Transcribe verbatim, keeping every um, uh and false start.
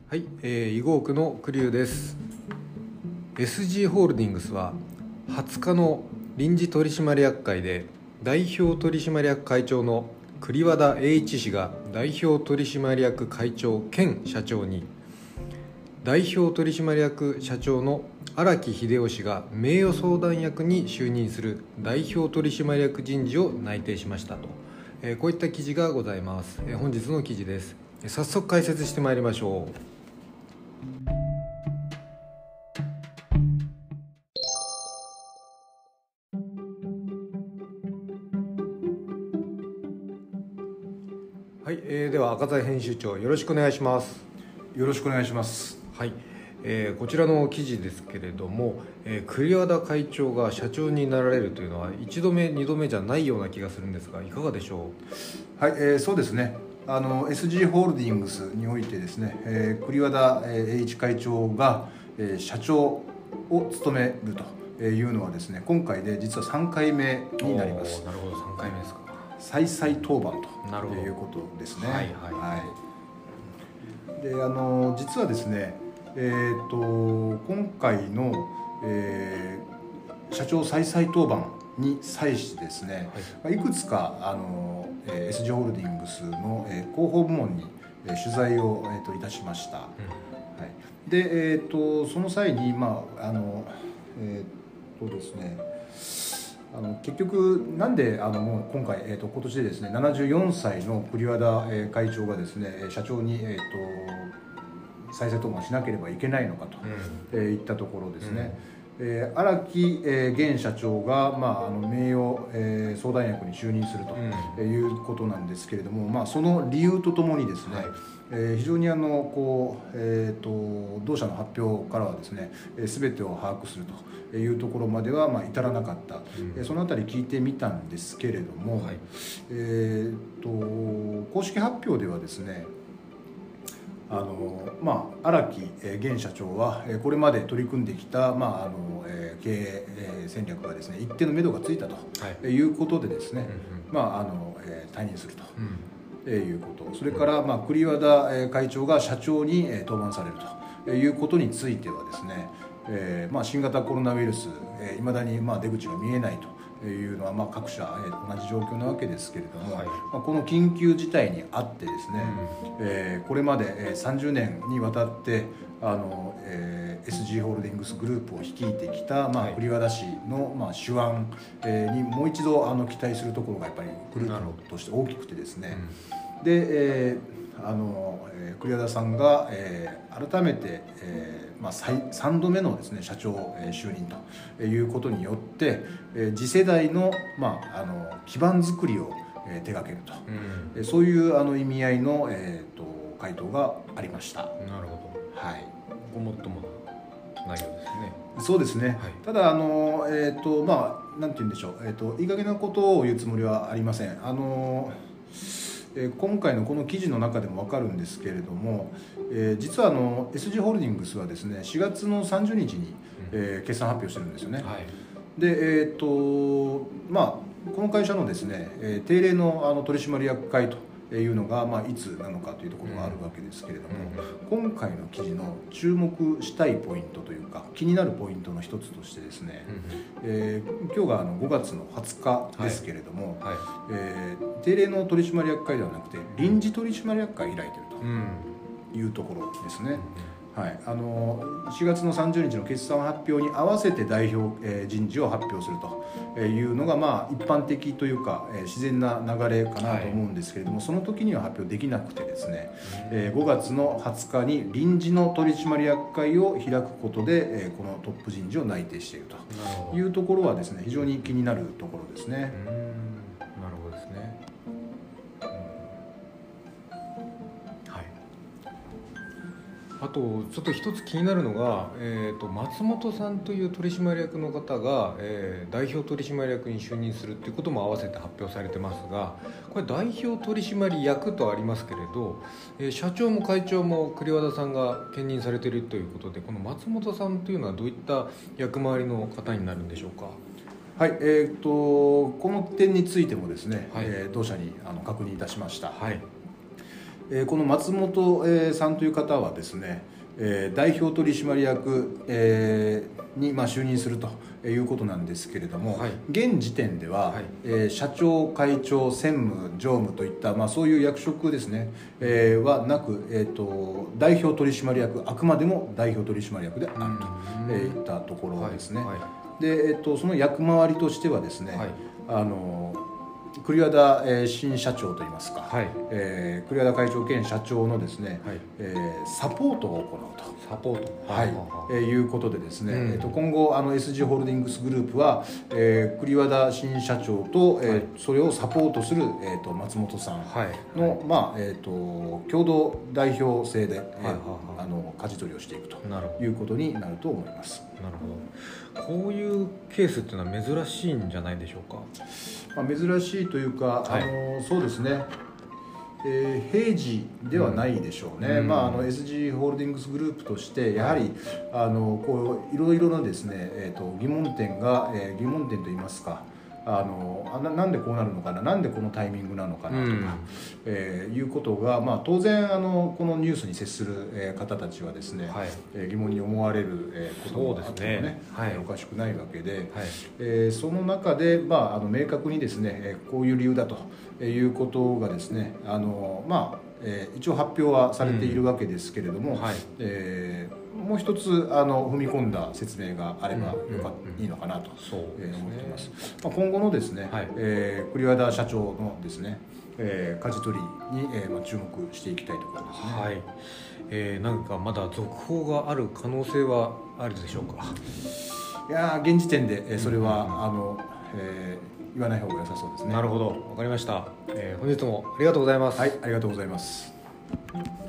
はい、えー、囲碁区の栗生です。 エスジー ホールディングスははつかの臨時取締役会で代表取締役会長の栗和田栄一氏が代表取締役会長兼社長に、代表取締役社長の荒木秀夫氏が名誉相談役に就任する代表取締役人事を内定しましたと、えー、こういった記事がございます。えー、本日の記事です。早速解説してまいりましょう。はい、えー、では赤澤編集長、よろしくお願いします。 よろしくお願いします。 はい、えー、こちらの記事ですけれども、えー、栗和田会長が社長になられるというのはいちどめにどめじゃないような気がするんですが、いかがでしょう。はい、えー、そうですね。あの エスジー ホールディングスにおいてですね、えー、栗和田栄一会長が、えー、社長を務めるというのはですね、今回で実はさんかいめになります。 なるほど、さんかいめですか。 再々登板ということですね。 はいはいはい。で、あの実はですね、えー、と今回の、えー、社長再々登板に際してですね、はい、いくつかあの エスジー ホールディングスの広報部門に取材を、えー、といたしました。うん、はい、で、えー、とその際に、まああのえー、とですねあの結局なんであのもう今回、えー、と今年でですねななじゅうよんさいの栗和田会長がですね社長に、えー、と再々登板しなければいけないのかといったところですね。うん、えー、荒木、えー、現社長が、まあ、あの名誉、えー、相談役に就任するということなんですけれども、うん、まあ、その理由とともにですね、はい、えー、非常にあのこう、えー、と同社の発表からはですね全てを把握するというところまではまあ至らなかった、うん、そのあたり聞いてみたんですけれども、はい、えー、と公式発表ではですねあのまあ、荒木現社長はこれまで取り組んできた、まあ、あの経営戦略がですね一定の目処がついたということでですね、はい、まあ、あの退任すると。うん、いうこと、それから、まあ、栗和田会長が社長に登板されるということについてはですね、えーまあ、新型コロナウイルスいまだにまあ出口が見えないというのはまあ各社同じ状況なわけですけれども、はい、まあ、この緊急事態にあってですね、うん、えー、これまでさんじゅうねんにわたってあの、えー、エスジー ホールディングスグループを率いてきた、まあ、栗和田氏の、まあ、手腕、えー、にもう一度あの期待するところがやっぱりグループとして大きくてですね、うん、で、えー、あの栗和田さんが、えー、改めて、えーまあ、さんどめのですね社長就任ということによって次世代の、まあ、あの基盤づくりを手掛けると、うん、そういうあの意味合いの、えー、と回答がありました。 なるほど、はい、ごもっともな内容ですね。 そうですね、はい、ただあの、えーとまあ、なんて言うんでしょう、えーと、いい加減なことを言うつもりはありません。あのえー、今回のこの記事の中でも分かるんですけれども、えー、実はあの エスジー ホールディングスはですねしがつのさんじゅうにちに、えー、決算発表してるんですよね。はい、で、えーとまあ、この会社のですね、えー、定例のあの取締役会というのが、まあ、いつなのかというところがあるわけですけれども、うん、今回の記事の注目したいポイントというか気になるポイントの一つとしてですね、うん、えー、今日があのごがつのはつかですけれども、はいはい、えー、定例の取締役会ではなくて臨時取締役会を開いているというところですね。うん、はい、あのしがつのさんじゅうにちの決算発表に合わせて代表、えー、人事を発表するというのが、まあ、一般的というか、えー、自然な流れかなと思うんですけれども、はい、その時には発表できなくてですね、えー、ごがつのはつかに臨時の取締役会を開くことで、えー、このトップ人事を内定しているというところはですね非常に気になるところですね。 うん、なるほどですね。あとちょっと一つ気になるのが、えー、と松本さんという取締役の方が、えー、代表取締役に就任するということも合わせて発表されてますが、これ代表取締役とありますけれど、えー、社長も会長も栗和田さんが兼任されているということで、この松本さんというのはどういった役回りの方になるんでしょうか。 はい、えー、とこの点についてもですね、はい、えー、同社にあの確認いたしました。はい、 えー、この松本、えー、さんという方はですね、えー、代表取締役、えー、に、まあ、就任するということなんですけれども、はい、現時点では、はい、えー、社長、会長、専務、常務といった、まあ、そういう役職ですね、えー、はなく、えーと、代表取締役、あくまでも代表取締役であるといったところですね。はいはい、で、えーと、その役回りとしてはですね、はい、あの栗和田、えー、新社長といいますか、はい、えー、栗和田会長兼社長のですね、はい、えー、サポートを行うとサポート、 はい、えー、いうことでですね、うん、えー、と今後あの エスジー ホールディングスグループは、えー、栗和田新社長と、えーはい、それをサポートする、えー、と松本さんの、はい、まあえー、と共同代表制で、はい、えー、あの舵取りをしていくということになると思います。 なるほど。こういうケースっていうのは珍しいんじゃないでしょうか。 まあ、珍しいというか、はい、あのそうですね、えー、平時ではないでしょうね。うん、まあ、あの エスジー ホールディングスグループとしてやはり、はい、あのこういろいろなですね、えー、と疑問点が、えー、疑問点といいますか、あのあ な, なんでこうなるのかな、なんでこのタイミングなのかなとか、うん、えー、いうことが、まあ、当然あのこのニュースに接する、えー、方たちはですね、はい、えー、疑問に思われる、えー、こともあってもね、ね、はい、おかしくないわけで、はい、えー、その中で、まあ、あの明確にですね、えー、こういう理由だということがですね、あの、まあえー、一応発表はされているわけですけれども、うん、はい、えーもう一つあの踏み込んだ説明があればよか、うんうんうん、いいのかなと、えー、思っています。まあ、今後のですね、はい、えー、栗和田社長のですね、えー、舵取りに、えーまあ、注目していきたいところですね。はい、 えー、なんかまだ続報がある可能性はあるでしょうか。 いや現時点で、えー、それは、うんうん、あの、えー、言わない方が良さそうですね。 なるほど、わかりました。えー、本日もありがとうございます。 はい、ありがとうございます。